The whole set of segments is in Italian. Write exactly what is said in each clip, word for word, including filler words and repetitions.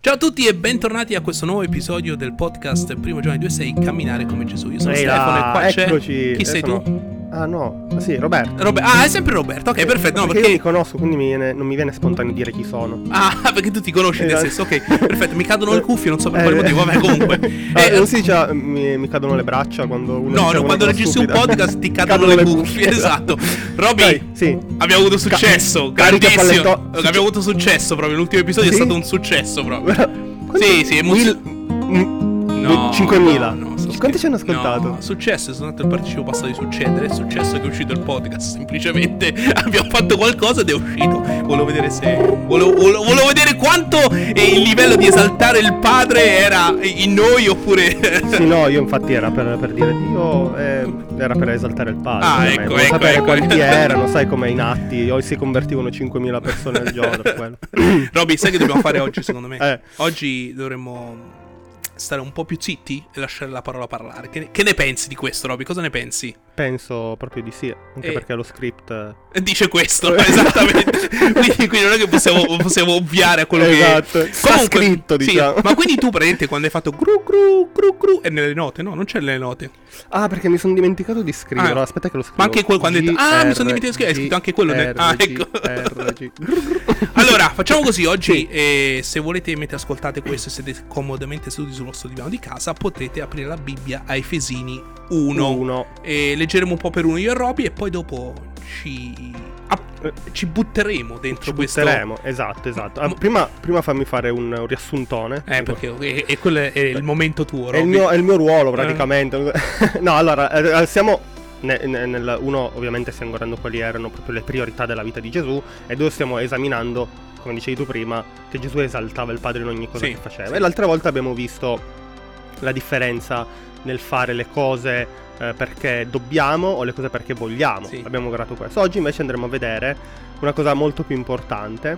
Ciao a tutti e bentornati a questo nuovo episodio del podcast Primo Giovanni due sei Camminare come Gesù. Io sono Ehi Stefano là, e qua eccoci. c'è... Chi sei sono... tu? Ah no, sì, Roberto. Robe... Ah, è sempre Roberto, ok, perfetto. No, perché, perché io mi conosco, quindi mi viene... non mi viene spontaneo dire chi sono. Ah, perché tu ti conosci te Esatto. stesso, ok, perfetto. Mi cadono le cuffie, non so per Eh, quale motivo, vabbè, comunque. Ah, Eh, non si dice mi, mi cadono le braccia quando uno No, dice no, una quando cosa registri un stupida. podcast ti cadono, le cuffie, esatto. Roby, Dai, sì. abbiamo avuto successo, Ca- carica grandissimo. palletto- Abbiamo avuto successo proprio, l'ultimo episodio Sì? è stato un successo proprio. Quanti- Sì, sì, emozio- Mil... No, cinquemila. no, no, sto Quanti ci hanno scher- ascoltato? No, successo è soltanto il participo passato di succedere. È successo che è uscito il podcast. Semplicemente abbiamo fatto qualcosa ed è uscito. Volevo vedere se Volevo, volevo, volevo vedere quanto il livello di esaltare il padre era in noi oppure Sì, no, io infatti era per, per dire Dio, eh, era per esaltare il padre. Ah, ovviamente. ecco, Volevo ecco, sapere ecco. quanti erano, sai come in atti, o si convertivano cinquemila persone al giorno per quello. Roby, sai che dobbiamo fare oggi secondo me? Eh. Oggi dovremmo stare un po' più zitti e lasciare la parola parlare. Che ne, che ne pensi di questo, Roby? Cosa ne pensi? Penso proprio di sì, anche Eh. perché lo script Dice questo, esattamente. quindi, quindi non è che possiamo, possiamo ovviare a quello Esatto. che Sta scritto, sì, diciamo. ma quindi tu praticamente quando hai fatto gru gru gru gru è nelle note? No, non c'è nelle note. Ah, perché mi sono dimenticato di scriverlo. Ah. Aspetta che lo scrivo. Ma anche quel- quando hai detto- ah, mi sono dimenticato di scrivere, hai scritto anche quello nel- ah, ecco. R G. Allora, facciamo così. Oggi, Sì. eh, se volete, mentre ascoltate questo e siete comodamente seduti sul vostro divano di casa, potete aprire la Bibbia a Efesini uno. Uno. E leggeremo un po' per uno io e Roby e poi dopo ci, ah, ci butteremo dentro Ci questo. butteremo, esatto, esatto. Ah, Ma- prima, prima fammi fare un, un riassuntone. Eh, perché e, e quello è il momento tuo, È il, Roby. mio, è il mio ruolo praticamente. No, allora, eh, siamo ne- ne- nel, uno, ovviamente stiamo guardando quali erano proprio le priorità della vita di Gesù, e due, stiamo esaminando, come dicevi tu prima, che Gesù esaltava il Padre in ogni cosa Sì, che faceva. sì. E l'altra volta abbiamo visto la differenza nel fare le cose eh, perché dobbiamo o le cose perché vogliamo. Sì. Abbiamo guardato questo. Oggi invece andremo a vedere una cosa molto più importante,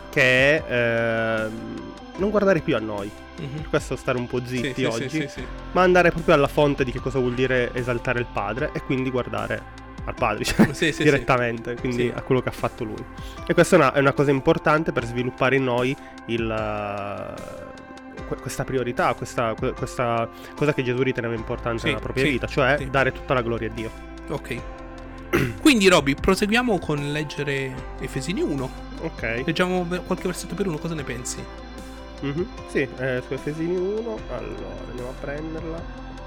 che è eh, non guardare più a noi. Mhm. Per questo stare un po' zitti Sì, sì, oggi, sì, sì, sì. ma andare proprio alla fonte di che cosa vuol dire esaltare il padre, e quindi guardare al padre, cioè, Sì, sì, direttamente, quindi Sì. a quello che ha fatto lui. E questa è una, è una cosa importante per sviluppare in noi il, uh, que- questa priorità, questa, que- questa cosa che Gesù riteneva importante Sì, nella propria sì, vita, cioè sì. dare tutta la gloria a Dio. Ok. Quindi, Roby, proseguiamo con leggere Efesini uno. Ok. Leggiamo ver- qualche versetto per uno, cosa ne pensi? Mhm. Sì, eh, su Efesini uno, allora andiamo a prenderla.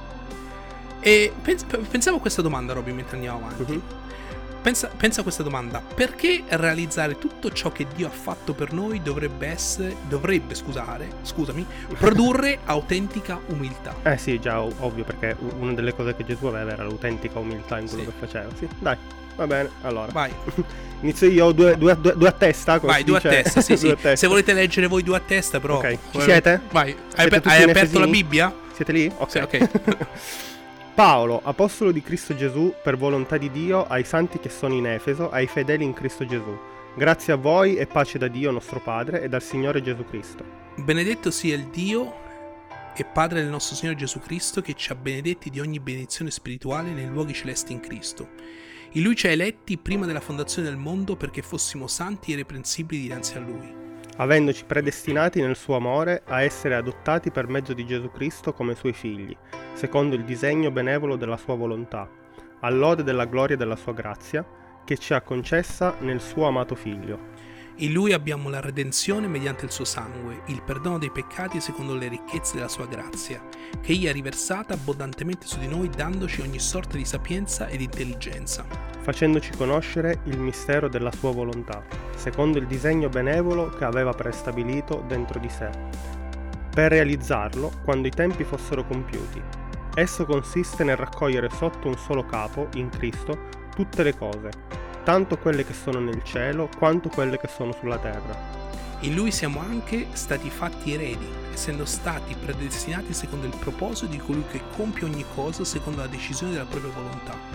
E pens- p- pensavo a questa domanda, Roby, mentre andiamo avanti. Mhm. Pensa, pensa a questa domanda: perché realizzare tutto ciò che Dio ha fatto per noi dovrebbe essere, dovrebbe, scusare, scusami, produrre autentica umiltà? Eh sì, già, ov- ovvio, perché u- una delle cose che Gesù aveva era l'autentica umiltà in quello Sì. che faceva. Sì, dai, va bene, allora. Vai, Inizio io, due, due, due, due a testa, come vai, si due a dice? testa, sì, Due a sì. testa. Se volete leggere voi due a testa, però. Ok, ci siete? Vai, hai, Siete aper- tutti hai in aperto la Efesini? Bibbia? Siete lì? Ok. Sì, ok. Paolo, apostolo di Cristo Gesù, per volontà di Dio, ai santi che sono in Efeso, ai fedeli in Cristo Gesù. Grazie a voi e pace da Dio nostro Padre e dal Signore Gesù Cristo. Benedetto sia il Dio e Padre del nostro Signore Gesù Cristo, che ci ha benedetti di ogni benedizione spirituale nei luoghi celesti in Cristo. In Lui ci ha eletti prima della fondazione del mondo perché fossimo santi e irreprensibili dinanzi a Lui. Avendoci predestinati nel suo amore a essere adottati per mezzo di Gesù Cristo come suoi figli, secondo il disegno benevolo della sua volontà, all'ode della gloria della sua grazia, che ci ha concessa nel suo amato Figlio. In Lui abbiamo la redenzione mediante il suo sangue, il perdono dei peccati secondo le ricchezze della sua grazia, che Egli ha riversata abbondantemente su di noi, dandoci ogni sorta di sapienza ed intelligenza. Facendoci conoscere il mistero della sua volontà, secondo il disegno benevolo che aveva prestabilito dentro di sé, per realizzarlo quando i tempi fossero compiuti. Esso consiste nel raccogliere sotto un solo capo, in Cristo, tutte le cose, tanto quelle che sono nel cielo quanto quelle che sono sulla terra. In Lui siamo anche stati fatti eredi, essendo stati predestinati secondo il proposito di colui che compie ogni cosa secondo la decisione della propria volontà,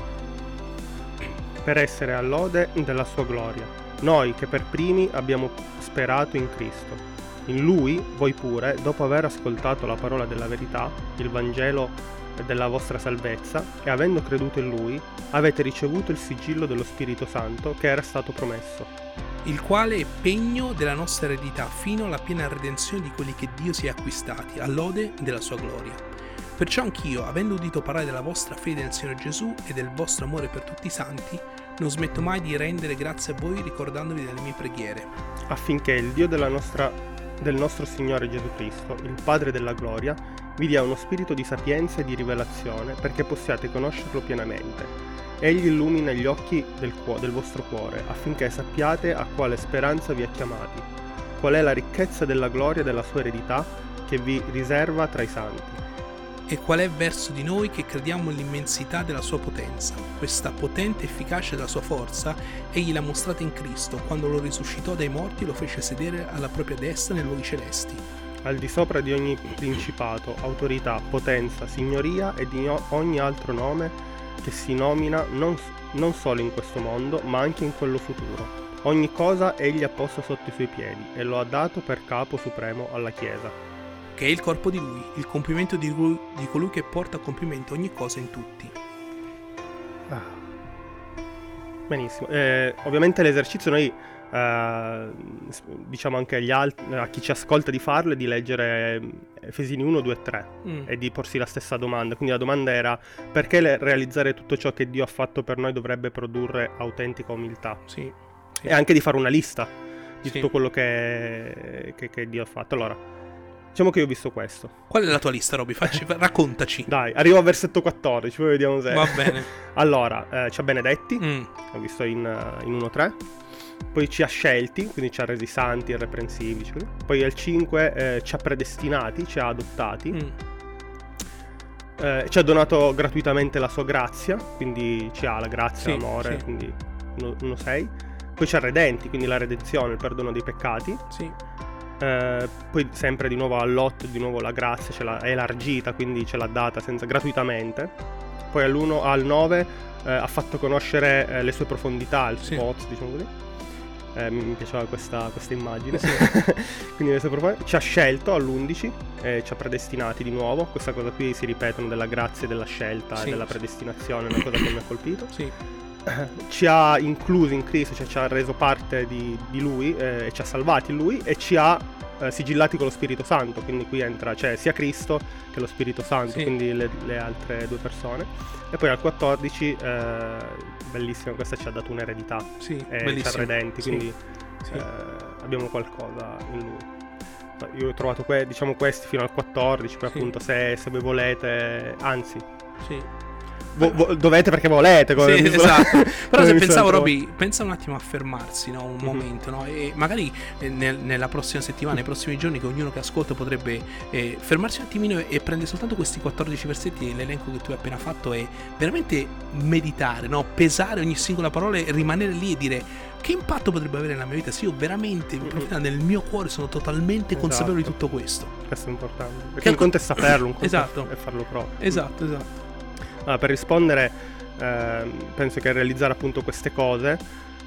per essere all'ode della sua gloria, noi che per primi abbiamo sperato in Cristo. In Lui, voi pure, dopo aver ascoltato la parola della verità, il Vangelo della vostra salvezza e avendo creduto in Lui avete ricevuto il sigillo dello Spirito Santo che era stato promesso, il quale è pegno della nostra eredità fino alla piena redenzione di quelli che Dio si è acquistati, all'ode della sua gloria. Perciò anch'io, avendo udito parlare della vostra fede nel Signore Gesù e del vostro amore per tutti i santi, non smetto mai di rendere grazie a voi ricordandovi delle mie preghiere, affinché il Dio della nostra, del nostro Signore Gesù Cristo, il Padre della gloria, vi dia uno spirito di sapienza e di rivelazione perché possiate conoscerlo pienamente. Egli illumina gli occhi del, cuo- del vostro cuore, affinché sappiate a quale speranza vi ha chiamati, qual è la ricchezza della gloria della sua eredità che vi riserva tra i santi. e qual è verso di noi che crediamo nell'immensità della sua potenza. Questa potente efficacia della sua forza egli l'ha mostrata in Cristo, quando lo risuscitò dai morti e lo fece sedere alla propria destra nei luoghi celesti, al di sopra di ogni principato, autorità, potenza, signoria e di ogni altro nome che si nomina non, non solo in questo mondo, ma anche in quello futuro. Ogni cosa egli ha posto sotto i suoi piedi e lo ha dato per capo supremo alla Chiesa, che è il corpo di lui, il compimento di, lui, di colui che porta a compimento ogni cosa in tutti. Ah. Benissimo. Eh, ovviamente l'esercizio noi eh, diciamo anche agli altri, a chi ci ascolta, di farlo e di leggere Efesini uno, due e tre mm. e di porsi la stessa domanda. Quindi la domanda era: perché le, realizzare tutto ciò che Dio ha fatto per noi dovrebbe produrre autentica umiltà? Sì, sì. E anche di fare una lista di sì. tutto quello che, che, che Dio ha fatto. Allora, diciamo che io ho visto questo. Qual è la tua lista, Roby? Facci, raccontaci. Dai, arrivo al versetto quattordici, poi vediamo se... Va bene. Allora, eh, ci ha benedetti, mm. ho visto in, in uno tre. Poi ci ha scelti, quindi ci ha resi santi, irreprensibili. Cioè. Poi al cinque eh, ci ha predestinati, ci ha adottati. Mm. Eh, ci ha donato gratuitamente la sua grazia, quindi ci ha la grazia, sì, l'amore, sì. quindi uno sei. Poi ci ha redenti, quindi la redenzione, il perdono dei peccati. Sì. Eh, poi sempre di nuovo all'otto, di nuovo la grazia ce l'ha elargita, quindi ce l'ha data senza, gratuitamente. Poi all'uno, al nove eh, ha fatto conoscere eh, le sue profondità, il sì. spot, diciamo così. Eh, mi, mi piaceva questa, questa immagine. Sì. Quindi le sue profondità. Ci ha scelto all'undici, eh, ci ha predestinati di nuovo. Questa cosa qui si ripetono della grazia, della scelta sì. e della predestinazione, è una cosa che mi ha colpito. Sì. Ci ha inclusi in Cristo, cioè ci ha reso parte di, di Lui, eh, e ci ha salvati in Lui, e ci ha eh, sigillati con lo Spirito Santo, quindi qui entra, cioè, sia Cristo che lo Spirito Santo, sì. quindi le, le altre due persone. E poi al quattordici, eh, bellissimo, questa ci ha dato un'eredità, sì, e ci ha redenti, sì. quindi sì. Eh, abbiamo qualcosa in Lui. Io ho trovato que- diciamo questi fino al quattordici, poi sì. appunto se, se voi volete, anzi... Sì. Vo- vo- dovete perché volete, come sì, visto, esatto. Però se pensavo, trovo... Roby, pensa un attimo a fermarsi, no? Un mm-hmm. momento, no? E magari eh, nel, nella prossima settimana, nei prossimi giorni, che ognuno che ascolta potrebbe eh, fermarsi un attimino e, e prendere soltanto questi quattordici versetti, l'elenco che tu hai appena fatto, e veramente meditare, no? Pesare ogni singola parola e rimanere lì e dire: che impatto potrebbe avere nella mia vita se io veramente, mm-hmm. nel mio cuore, sono totalmente esatto. consapevole di tutto questo. Questo è importante, perché un conto è saperlo, un conto esatto. è farlo proprio. Esatto, esatto. Allora, per rispondere, eh, penso che realizzare appunto queste cose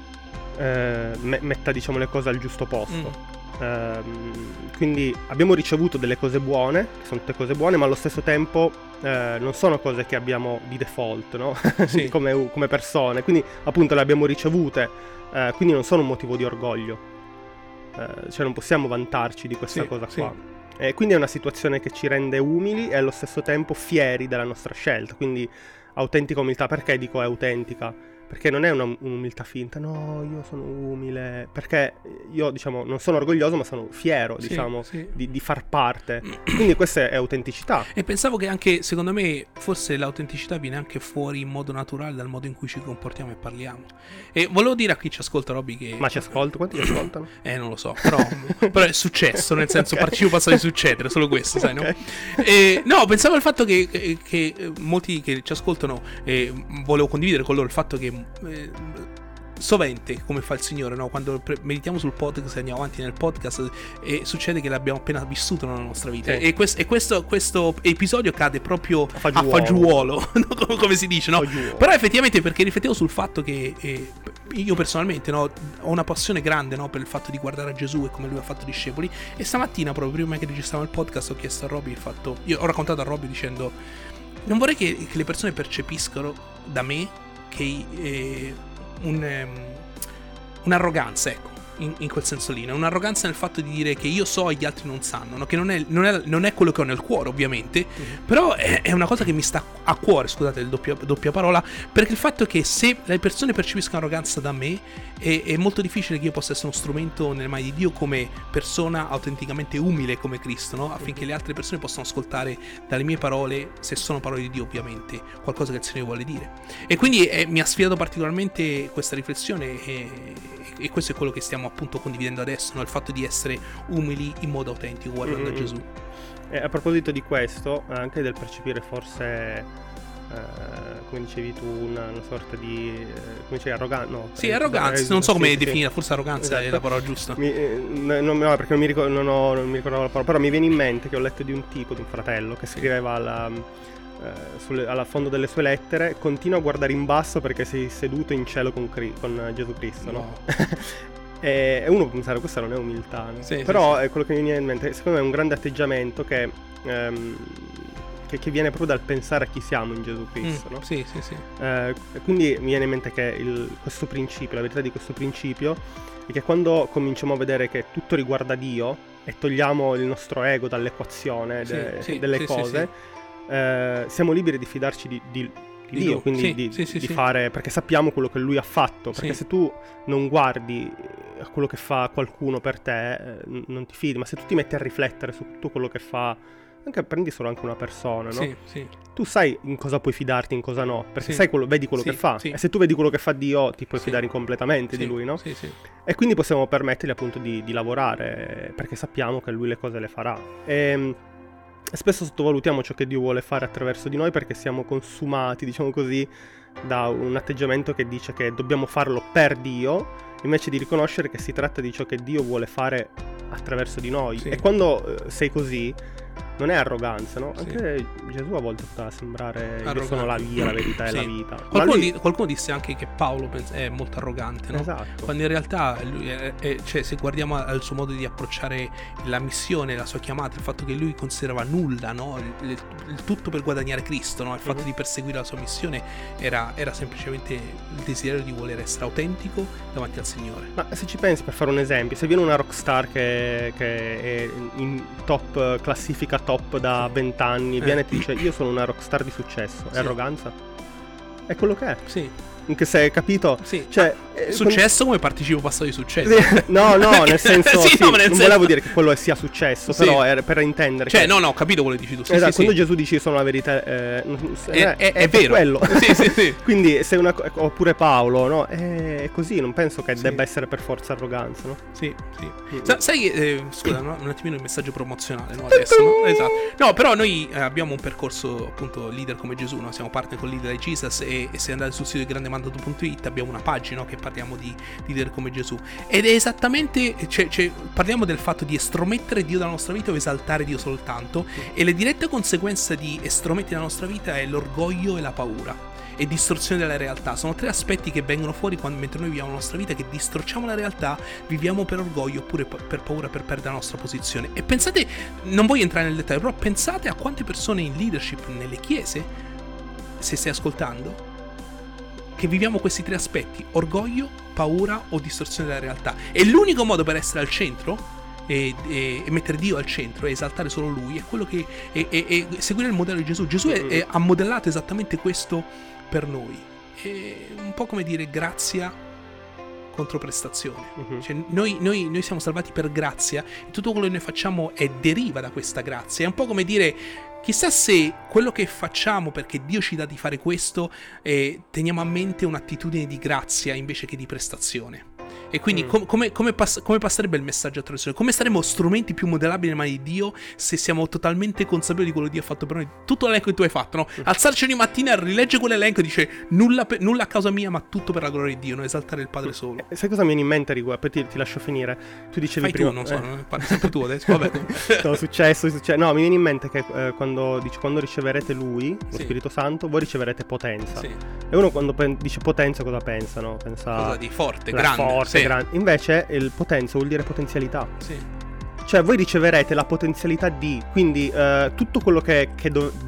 eh, me- metta, diciamo, le cose al giusto posto. Mm. Eh, quindi abbiamo ricevuto delle cose buone, che sono tutte cose buone, ma allo stesso tempo eh, non sono cose che abbiamo di default, no? Sì. come, come persone. Quindi appunto le abbiamo ricevute, eh, quindi non sono un motivo di orgoglio. Eh, cioè non possiamo vantarci di questa sì, cosa sì. qua. E quindi è una situazione che ci rende umili e allo stesso tempo fieri della nostra scelta, quindi autentica umiltà. Perché dico è autentica? Perché non è una, un'umiltà finta, no, io sono umile, perché io, diciamo, non sono orgoglioso, ma sono fiero, sì, diciamo, sì. Di, di far parte. Quindi questa è autenticità. E pensavo che anche, secondo me, forse l'autenticità viene anche fuori in modo naturale dal modo in cui ci comportiamo e parliamo. E volevo dire a chi ci ascolta, Roby, che... Ma ci ascolta? Quanti ci ascoltano? Eh, non lo so, però, però è successo, nel senso, okay. partecipo passato di succedere, solo questo, sai, okay. no? E, no, pensavo al fatto che, che, che molti che ci ascoltano, eh, volevo condividere con loro il fatto che... Eh, sovente, come fa il Signore, no? Quando pre- meditiamo sul podcast e andiamo avanti nel podcast, e succede che l'abbiamo appena vissuto nella nostra vita, sì. e, quest- e questo, questo episodio cade proprio a fagiuolo, a fagiuolo no? come si dice, no? Fagiuolo. Però effettivamente, perché riflettevo sul fatto che eh, io personalmente, no, ho una passione grande, no, per il fatto di guardare a Gesù e come lui ha fatto discepoli, e stamattina, proprio prima che registravamo il podcast, ho chiesto a Roby, fatto, io ho raccontato a Roby dicendo: non vorrei che, che le persone percepiscano da me che eh, un, um, un'arroganza, ecco, in, in quel senso lì, un'arroganza nel fatto di dire che io so e gli altri non sanno, no? Che non è, non, è, non è quello che ho nel cuore, ovviamente, mm-hmm. però è, è una cosa che mi sta a cuore, scusate il doppia, doppia parola, perché il fatto è che se le persone percepiscono arroganza da me è, è molto difficile che io possa essere uno strumento nelle mani di Dio come persona autenticamente umile come Cristo, no? Affinché le altre persone possano ascoltare dalle mie parole, se sono parole di Dio ovviamente, qualcosa che il Signore vuole dire. E quindi eh, mi ha sfidato particolarmente questa riflessione e, e questo è quello che stiamo appunto condividendo adesso, no? Il fatto di essere umili in modo autentico guardando mm-hmm. a Gesù. E a proposito di questo, anche del percepire forse, eh, come dicevi tu, una, una sorta di, eh, come dicevi, arroganza, no? Sì, arroganza, non so come sì, definire, sì. forse arroganza esatto. è la parola giusta. Mi, eh, non, no, perché non mi, ricordo, non, ho, non mi ricordavo la parola, però mi viene in mente che ho letto di un tipo, di un fratello, che scriveva alla, eh, sulle, alla fondo delle sue lettere: continua a guardare in basso perché sei seduto in cielo con, con Gesù Cristo, no? no. E uno può pensare, questa non è umiltà, no? Sì, però sì, sì. È quello che mi viene in mente, secondo me è un grande atteggiamento che, ehm, che, che viene proprio dal pensare a chi siamo in Gesù Cristo, mm, no? Sì, sì, sì. Eh, quindi mi viene in mente che il, questo principio, la verità di questo principio è che quando cominciamo a vedere che tutto riguarda Dio e togliamo il nostro ego dall'equazione de, sì, sì, delle sì, cose, sì, sì. Eh, siamo liberi di fidarci di, di Di Dio, Dio, quindi sì, di, sì, sì, di sì. fare, perché sappiamo quello che Lui ha fatto, perché sì. se tu non guardi a quello che fa qualcuno per te, eh, non ti fidi, ma se tu ti metti a riflettere su tutto quello che fa, anche prendi solo anche una persona, no? Sì, sì. Tu sai in cosa puoi fidarti, in cosa no, perché sì. sai quello, vedi quello sì, che fa, sì. e se tu vedi quello che fa Dio ti puoi sì. fidare completamente sì. di Lui, no? Sì, sì. E quindi possiamo permettergli appunto di, di lavorare, perché sappiamo che Lui le cose le farà. E spesso sottovalutiamo ciò che Dio vuole fare attraverso di noi perché siamo consumati, diciamo così, da un atteggiamento che dice che dobbiamo farlo per Dio, invece di riconoscere che si tratta di ciò che Dio vuole fare attraverso di noi. Sì. E quando eh, sei così, non è arroganza, no? Sì. Anche Gesù a volte fa sembrare arrogante. Io sono la via, la verità sì. e la vita. Qualcuno, lui... di, qualcuno disse anche che Paolo è molto arrogante, no? Esatto. Quando in realtà lui è, è, cioè, se guardiamo al suo modo di approcciare la missione, la sua chiamata, il fatto che lui considerava nulla, no? il, il, il tutto per guadagnare Cristo, no? Il fatto uh-huh. di perseguire la sua missione era, era semplicemente il desiderio di voler essere autentico davanti al Signore. Ma se ci pensi, per fare un esempio, se viene una rockstar che, che è in top, classifica top da vent'anni, eh. viene e ti dice io sono una rockstar di successo, è sì. arroganza? È quello che è. Sì. Anche se hai capito? Sì. Cioè, eh, successo come partecipo passato di successo. No, no, nel senso, sì, sì, no, nel non senso... volevo dire che quello sia successo, sì. però è per intendere. Cioè, che... no, no, ho capito quello che dici tu. Sì, esatto, sì, quando sì. Gesù dice io sono la verità, eh, è, è, è, è vero. quello. Sì, sì, sì. Quindi se una oppure Paolo, no? È così, non penso che sì. debba essere per forza arroganza, no? Sì, sì. Mm-hmm. Sa- sai che eh, scusa, no? un attimino il messaggio promozionale, no? Adesso, no? Esatto. No, però noi eh, abbiamo un percorso appunto leader come Gesù, no? Siamo partner con Leader Jesus e, e se andate sul sito di grande mandato punto it abbiamo una pagina, no? Che parliamo di leader come Gesù ed è esattamente cioè, cioè, parliamo del fatto di estromettere Dio dalla nostra vita o esaltare Dio soltanto mm. e le dirette conseguenze di estromettere la nostra vita è l'orgoglio e la paura e distorsione della realtà. Sono tre aspetti che vengono fuori quando, mentre noi viviamo la nostra vita, che distorciamo la realtà, viviamo per orgoglio oppure per paura, per perdere la nostra posizione. E pensate, non voglio entrare nel dettaglio, però pensate a quante persone in leadership nelle chiese, se stai ascoltando, che viviamo questi tre aspetti: orgoglio, paura o distorsione della realtà. E l'unico modo per essere al centro e, e, e mettere Dio al centro e esaltare solo Lui è quello che è, è, è seguire il modello di Gesù. Gesù è, è, ha modellato esattamente questo per noi. È un po' come dire grazia contro prestazione. Uh-huh. Cioè, noi, noi, noi siamo salvati per grazia e tutto quello che noi facciamo è deriva da questa grazia. È un po' come dire chissà se quello che facciamo perché Dio ci dà di fare questo eh, teniamo a mente un'attitudine di grazia invece che di prestazione. E quindi mm. com- come, come, pass- come passerebbe il messaggio attraverso noi? Come saremmo strumenti più modellabili nelle mani di Dio se siamo totalmente consapevoli di quello che Dio ha fatto per noi? Tutto l'elenco che tu hai fatto, no? Mm. Alzarci ogni mattina, rilegge quell'elenco e dice nulla, pe- nulla a causa mia ma tutto per la gloria di Dio, non esaltare il Padre solo. Eh, sai cosa mi viene in mente riguardo? Poi ti, ti lascio finire. Tu dicevi Fai prima tu, non so, eh. non parli sempre tu adesso, vabbè. No, successo, successo. No, mi viene in mente che eh, quando, dice, quando riceverete Lui, lo sì. Spirito Santo, voi riceverete potenza. Sì. E uno quando pen- dice potenza cosa pensa, no? Pensa cosa di forte, grande. Forte, sì. grande. Invece il potenza vuol dire potenzialità. Sì. Cioè voi riceverete la potenzialità di, quindi eh, tutto quello che, che, do,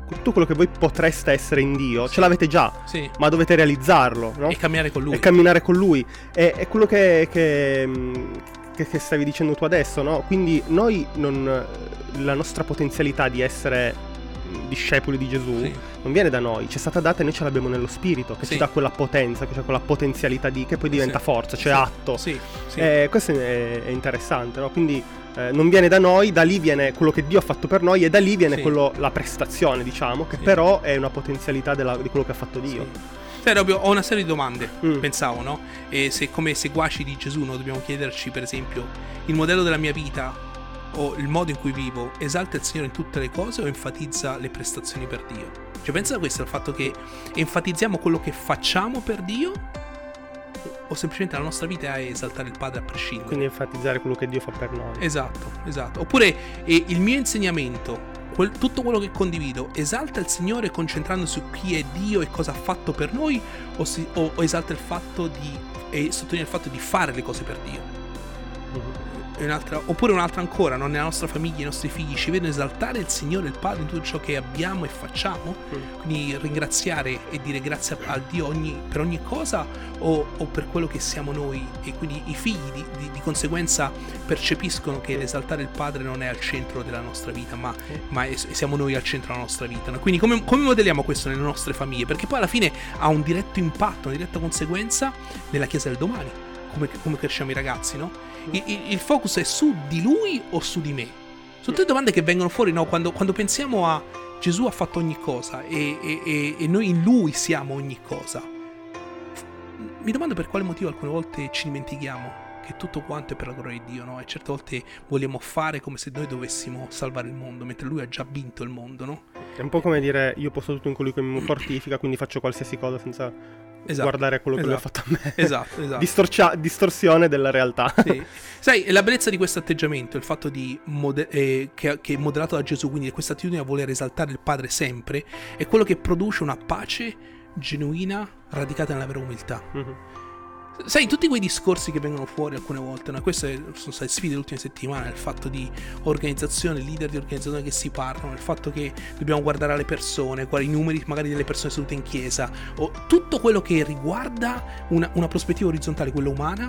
tutto quello che voi potreste essere in Dio, Sì. ce l'avete già, Sì. ma dovete realizzarlo, no? E camminare con lui. E camminare con lui. E, è quello che, che, che, che stavi dicendo tu adesso, no? Quindi noi non, la nostra potenzialità di essere discepoli di Gesù Sì. non viene da noi, ci è stata data e noi ce l'abbiamo nello spirito, che Sì. ci dà quella potenza, che c'è quella potenzialità di, che poi diventa Sì. forza, cioè Sì. atto. Sì. Sì. Eh, questo è, è interessante, no? Quindi eh, non viene da noi, da lì viene quello che Dio ha fatto per noi e da lì viene Sì. quello, la prestazione, diciamo, che Sì. però è una potenzialità della- di quello che ha fatto Dio. Sì. Sai, Robio, ho una serie di domande, Mm. pensavo, no? E se come seguaci di Gesù, no, dobbiamo chiederci, per esempio, il modello della mia vita o il modo in cui vivo esalta il Signore in tutte le cose o enfatizza le prestazioni per Dio? Cioè, pensa a questo, al fatto che enfatizziamo quello che facciamo per Dio o semplicemente la nostra vita è esaltare il Padre a prescindere? Quindi enfatizzare quello che Dio fa per noi. Esatto, esatto. Oppure eh, il mio insegnamento, quel- tutto quello che condivido, esalta il Signore concentrandosi su chi è Dio e cosa ha fatto per noi, o, si- o- o esalta il fatto di e sottolinea il fatto di fare le cose per Dio? Mhm. E un'altra, oppure un'altra ancora, no? Nella nostra famiglia, i nostri figli ci vedono esaltare il Signore, il Padre in tutto ciò che abbiamo e facciamo, Mm. quindi ringraziare e dire grazie a Dio ogni- per ogni cosa, o, o per quello che siamo noi, e quindi i figli di, di- di conseguenza percepiscono che l'esaltare il Padre non è al centro della nostra vita, ma, ma è- siamo noi al centro della nostra vita, no? Quindi come, come modelliamo questo nelle nostre famiglie? Perché poi alla fine ha un diretto impatto, una diretta conseguenza nella Chiesa del domani, come, come cresciamo i ragazzi, no? Il, il- il focus è su di lui o su di me? Sono tutte domande che vengono fuori, no? Quando, quando pensiamo a Gesù ha fatto ogni cosa e, e- e- e noi in lui siamo ogni cosa. Mi domando per quale motivo alcune volte ci dimentichiamo che tutto quanto è per la gloria di Dio, no? E certe volte vogliamo fare come se noi dovessimo salvare il mondo, mentre lui ha già vinto il mondo, no? È un po' come dire io posso tutto in colui che mi fortifica, quindi faccio qualsiasi cosa senza Esatto, guardare quello che lui ha esatto. fatto a me. Esatto, esatto. Distorcia- distorsione della realtà. Sì. Sai, la bellezza di questo atteggiamento, il fatto di mode- eh, che, che è moderato da Gesù, quindi questa attitudine a voler esaltare il Padre sempre, è quello che produce una pace genuina radicata nella vera umiltà. Mhm. Sai, tutti quei discorsi che vengono fuori alcune volte, no? Queste sono state sfide delle ultime settimane, il fatto di organizzazione, leader di organizzazione che si parlano, il fatto che dobbiamo guardare alle persone, quali i numeri magari delle persone sedute in chiesa, o tutto quello che riguarda una, una prospettiva orizzontale, quella umana.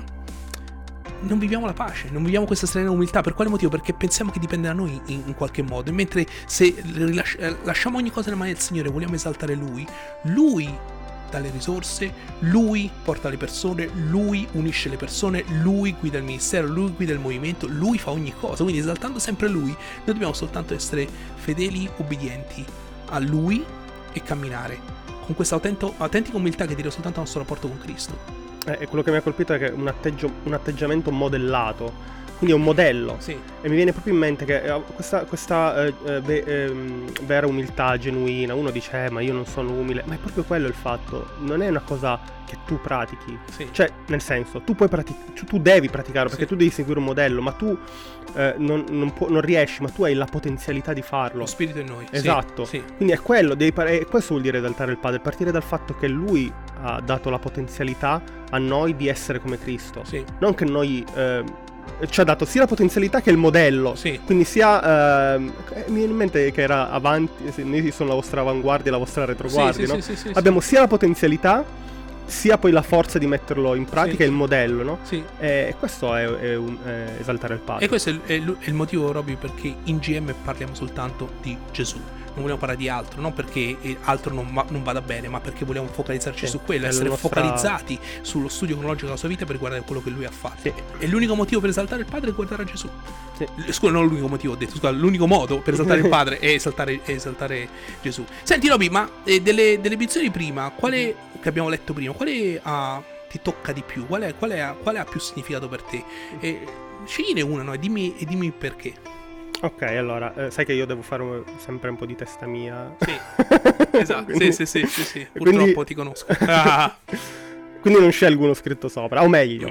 Non viviamo la pace, non viviamo questa serena umiltà. Per quale motivo? Perché pensiamo che dipende da noi in, in qualche modo. E mentre se rilasci- eh, lasciamo ogni cosa nelle mani del Signore e vogliamo esaltare Lui, Lui dà le risorse, Lui porta le persone, Lui unisce le persone, Lui guida il ministero, Lui guida il movimento, Lui fa ogni cosa. Quindi esaltando sempre Lui, noi dobbiamo soltanto essere fedeli, ubbidienti a Lui e camminare con questa autento- autentica umiltà che direi soltanto al nostro rapporto con Cristo. Eh, e quello che mi ha colpito è che è un, atteggio- un atteggiamento modellato, quindi è un modello. Sì, E mi viene proprio in mente che eh, questa, questa eh, eh, ve- ehm, vera umiltà genuina, uno dice eh, ma io non sono umile, ma è proprio quello il fatto, non è una cosa che tu pratichi, sì. cioè nel senso tu puoi pratic- tu, tu devi praticarlo perché Sì. tu devi seguire un modello, ma tu eh, non, non, può- non riesci, ma tu hai la potenzialità di farlo. Lo spirito in noi. Sì, Esatto. Sì. Quindi è quello, devi par- e questo vuol dire esaltare il Padre, partire dal fatto che Lui ha dato la potenzialità a noi di essere come Cristo, Sì. non che noi eh, ci ha dato sia la potenzialità che il modello. Sì. Quindi sia ehm, eh, mi viene in mente che era avanti, se- noi sono la vostra avanguardia e la vostra retroguardia, Sì, no? sì, sì, sì, sì, Abbiamo sia la potenzialità sia poi la forza di metterlo in pratica Sì. e il modello, no? sì. E questo è, è un- è esaltare il Padre. E questo è il, è il- è il motivo, Robby, perché in G M parliamo soltanto di Gesù. Non vogliamo parlare di altro, non perché eh, altro non, va- non vada bene, ma perché vogliamo focalizzarci Sì, su quello, è la essere nostra- focalizzati sullo studio cronologico della sua vita per guardare quello che lui ha fatto. Sì. E l'unico motivo per esaltare il Padre è guardare a Gesù. Sì. L- Scusa, non l'unico motivo, ho detto, scusa, l'unico modo per esaltare il Padre è esaltare, è esaltare Gesù. Senti, Robby, ma eh, delle, delle edizioni prima, quale che abbiamo letto prima, quale ha, ti tocca di più? Quale, quale, ha, quale ha più significato per te? E, scegliene una, no? E dimmi, e dimmi perché. Ok, allora, eh, sai che io devo fare un- sempre un po' di testa mia. Sì, esatto, Quindi- sì, sì, sì, sì, sì. quindi- Purtroppo ti conosco. Ah. Quindi non scelgo uno scritto sopra, o meglio,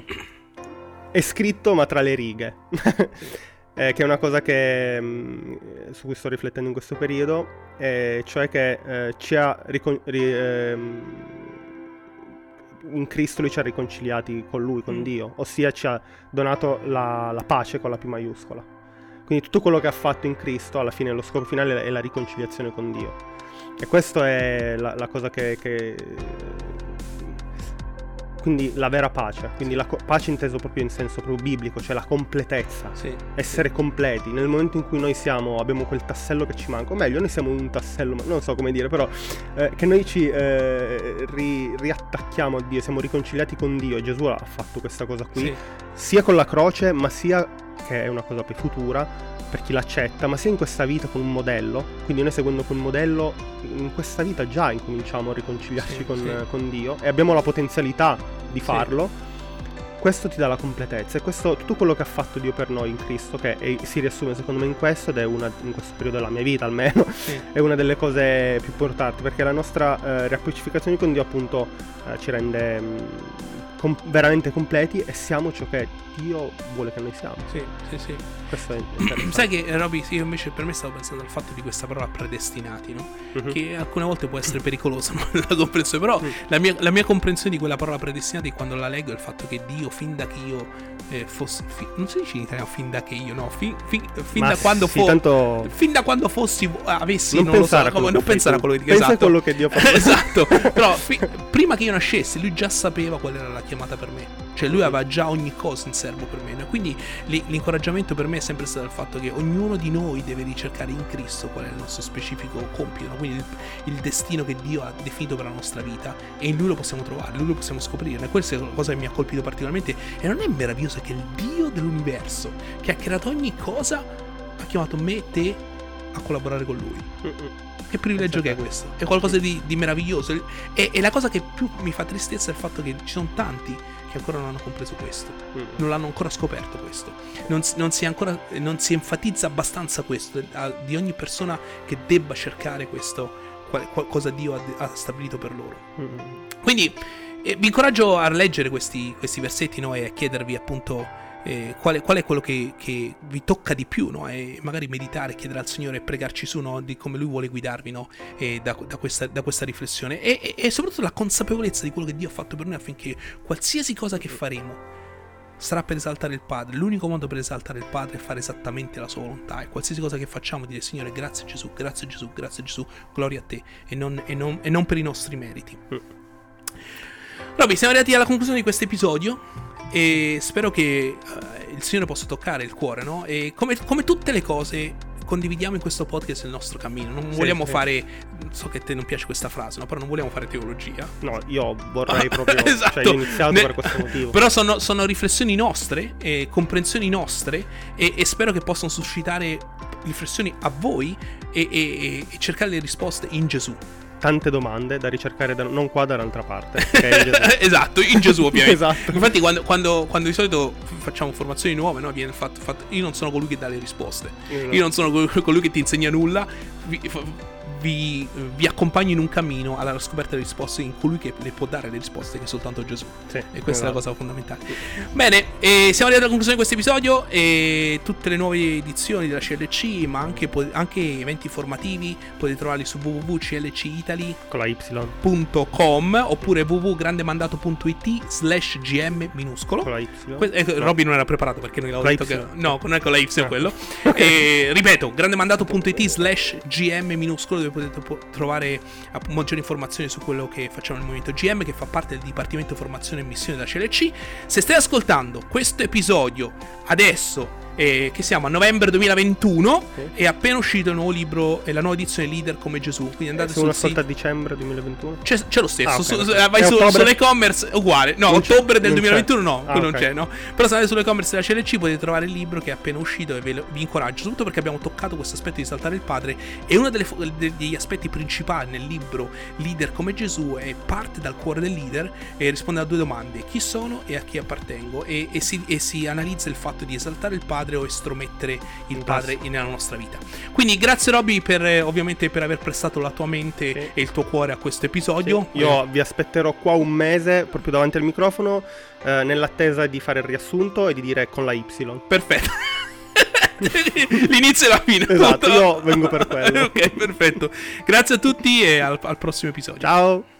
è scritto ma tra le righe. Eh, che è una cosa che, mh, su cui sto riflettendo in questo periodo, eh, cioè che eh, ci ha ricon- ri- ehm, in Cristo lui ci ha riconciliati con lui, con Mm. Dio, ossia ci ha donato la, la pace con la P maiuscola. Quindi tutto quello che ha fatto in Cristo alla fine, lo scopo finale è la riconciliazione con Dio. E questa è la, la cosa che, che... Quindi la vera pace, quindi la co- pace inteso proprio in senso proprio biblico, cioè la completezza, Sì, essere sì. completi. Nel momento in cui noi siamo, abbiamo quel tassello che ci manca, o meglio, noi siamo un tassello, ma non so come dire, però eh, che noi ci eh, ri- riattacchiamo a Dio, siamo riconciliati con Dio. Gesù ha fatto questa cosa qui, Sì. sia con la croce, ma sia, che è una cosa più futura per chi l'accetta, ma sia in questa vita con un modello. Quindi noi seguendo quel modello in questa vita già incominciamo a riconciliarci Sì, con, sì. con Dio, e abbiamo la potenzialità di Sì. farlo. Questo ti dà la completezza, e questo, tutto quello che ha fatto Dio per noi in Cristo, che è, si riassume secondo me in questo, ed è una, in questo periodo della mia vita almeno, Sì. è una delle cose più importanti, perché la nostra eh, riappacificazione con Dio appunto eh, ci rende mh, com- veramente completi, e siamo ciò che Dio vuole che noi siamo. Sì, sì, sì. Questo è interessante. Sai che, Roby, sì, io invece per me stavo pensando al fatto di questa parola predestinati, no? Mhm. Che alcune volte può essere pericolosa, no? Nella comprensione. Però Mm. la mia, la mia comprensione di quella parola predestinati, quando la leggo, è il fatto che Dio, fin da che io eh, fossi... Fi, non si dice in italiano fin da che io, no? Fin, fin, fin Ma da quando sì, fo- tanto fin da quando fossi... avessi... non, Non, lo so, pensare a quello come- non che fai pensare a tu. quello che... Pensa a esatto. quello che Dio fa per te. Esatto. Però fi- prima che io nascessi, lui già sapeva qual era la chiamata per me. Cioè lui aveva già ogni cosa in serbo per me, no? Quindi li- l'incoraggiamento per me è sempre stato il fatto che ognuno di noi deve ricercare in Cristo qual è il nostro specifico compito, no? Quindi il, il destino che Dio ha definito per la nostra vita, e in lui lo possiamo trovare, lui lo possiamo scoprire. E questa è la cosa che mi ha colpito particolarmente. E non è meraviglioso che il Dio dell'universo, che ha creato ogni cosa, ha chiamato me e te a collaborare con lui? Mm-mm. Che privilegio che è questo, è qualcosa di, di meraviglioso. E, e la cosa che più mi fa tristezza è il fatto che ci sono tanti che ancora non hanno compreso questo, Mm. non l'hanno ancora scoperto questo, non, si- non si è ancora, non si enfatizza abbastanza questo, a- di ogni persona che debba cercare questo, qual- qualcosa Dio ha, ha stabilito per loro. Mm-mm. Quindi eh, vi incoraggio a leggere questi, questi versetti, no? E a chiedervi appunto eh, qual, è, qual è quello che, che vi tocca di più, no? E magari meditare, chiedere al Signore e pregarci su, no? Di come Lui vuole guidarvi, no? E da, da, questa, da questa riflessione, e, e, e soprattutto la consapevolezza di quello che Dio ha fatto per noi, affinché qualsiasi cosa che faremo sarà per esaltare il Padre. L'unico modo per esaltare il Padre è fare esattamente la sua volontà, e qualsiasi cosa che facciamo dire: Signore, grazie Gesù, grazie Gesù, grazie Gesù, gloria a te, e non, e non, e non per i nostri meriti. Mm. Roby, siamo arrivati alla conclusione di questo episodio, e spero che uh, il Signore possa toccare il cuore, no? E come, come tutte le cose, condividiamo in questo podcast il nostro cammino. Non Sì, vogliamo sì. fare, so che a te non piace questa frase, no? Però non vogliamo fare teologia. No, io vorrei proprio, Esatto. cioè io ho iniziato Ne- per questo motivo. Però sono, sono riflessioni nostre, e comprensioni nostre, e, e spero che possano suscitare riflessioni a voi, e, e- e cercare le risposte in Gesù. Tante domande da ricercare da, non qua, da un'altra parte, che è in Gesù. Esatto, in Gesù ovviamente. Esatto. Infatti quando, quando, quando di solito facciamo formazioni nuove, no, viene fatto, fatto io non sono colui che dà le risposte, io non sono col- colui che ti insegna nulla, vi, vi, vi accompagno in un cammino alla scoperta delle risposte in colui che le può dare le risposte, che è soltanto Gesù. Sì, E questa esatto. è la cosa fondamentale. Bene, e siamo arrivati alla conclusione di questo episodio, e tutte le nuove edizioni della C L C, ma anche, po- anche eventi formativi, potete trovarli su w w w punto c l c italy Con la Y. punto com oppure w w w punto grandemandato punto i t slash g m minuscolo. Con la Y. Que- eh, No. Robby non era preparato perché noi l'avevo Con la detto che Y. no, non è con la Y Ah. quello. E, ripeto, grandemandato punto i t slash g m minuscolo, dove potete po- trovare app- maggiori informazioni su quello che facciamo nel movimento G M, che fa parte del Dipartimento Formazione e Missione della C L C. Se stai ascoltando questo episodio adesso, eh, che siamo a novembre duemilaventuno, Sì. è appena uscito il nuovo libro, e la nuova edizione Leader come Gesù. Quindi andate Se uno sul ascolta a sito. dicembre duemilaventuno. C'è, c'è lo stesso, Ah, ok, su- ok. su- vai È su, ottobre? sull'e-commerce uguale. No, Non c'è- ottobre del non c'è. duemilaventuno no, Ah, quello ok. non c'è, no. Però se andate sull'e-commerce della C L C potete trovare il libro che è appena uscito, e ve lo- vi incoraggio, soprattutto perché abbiamo toccato questo aspetto di esaltare il Padre, e uno delle fo- de- degli aspetti principali nel libro Leader come Gesù è parte dal cuore del leader, e risponde a due domande: chi sono e a chi appartengo, e, e, si, e si analizza il fatto di esaltare il Padre o estromettere il Padre nella nostra vita. Quindi grazie Robby per eh, ovviamente per aver prestato la tua mente Sì. e il tuo cuore a questo episodio. Sì. Io vi aspetterò qua un mese proprio davanti al microfono, eh, nell'attesa di fare il riassunto e di dire con la Y. Perfetto. L'inizio e la fine. Esatto, io vengo per quello. Ok, perfetto. Grazie a tutti, e al, al prossimo episodio. Ciao.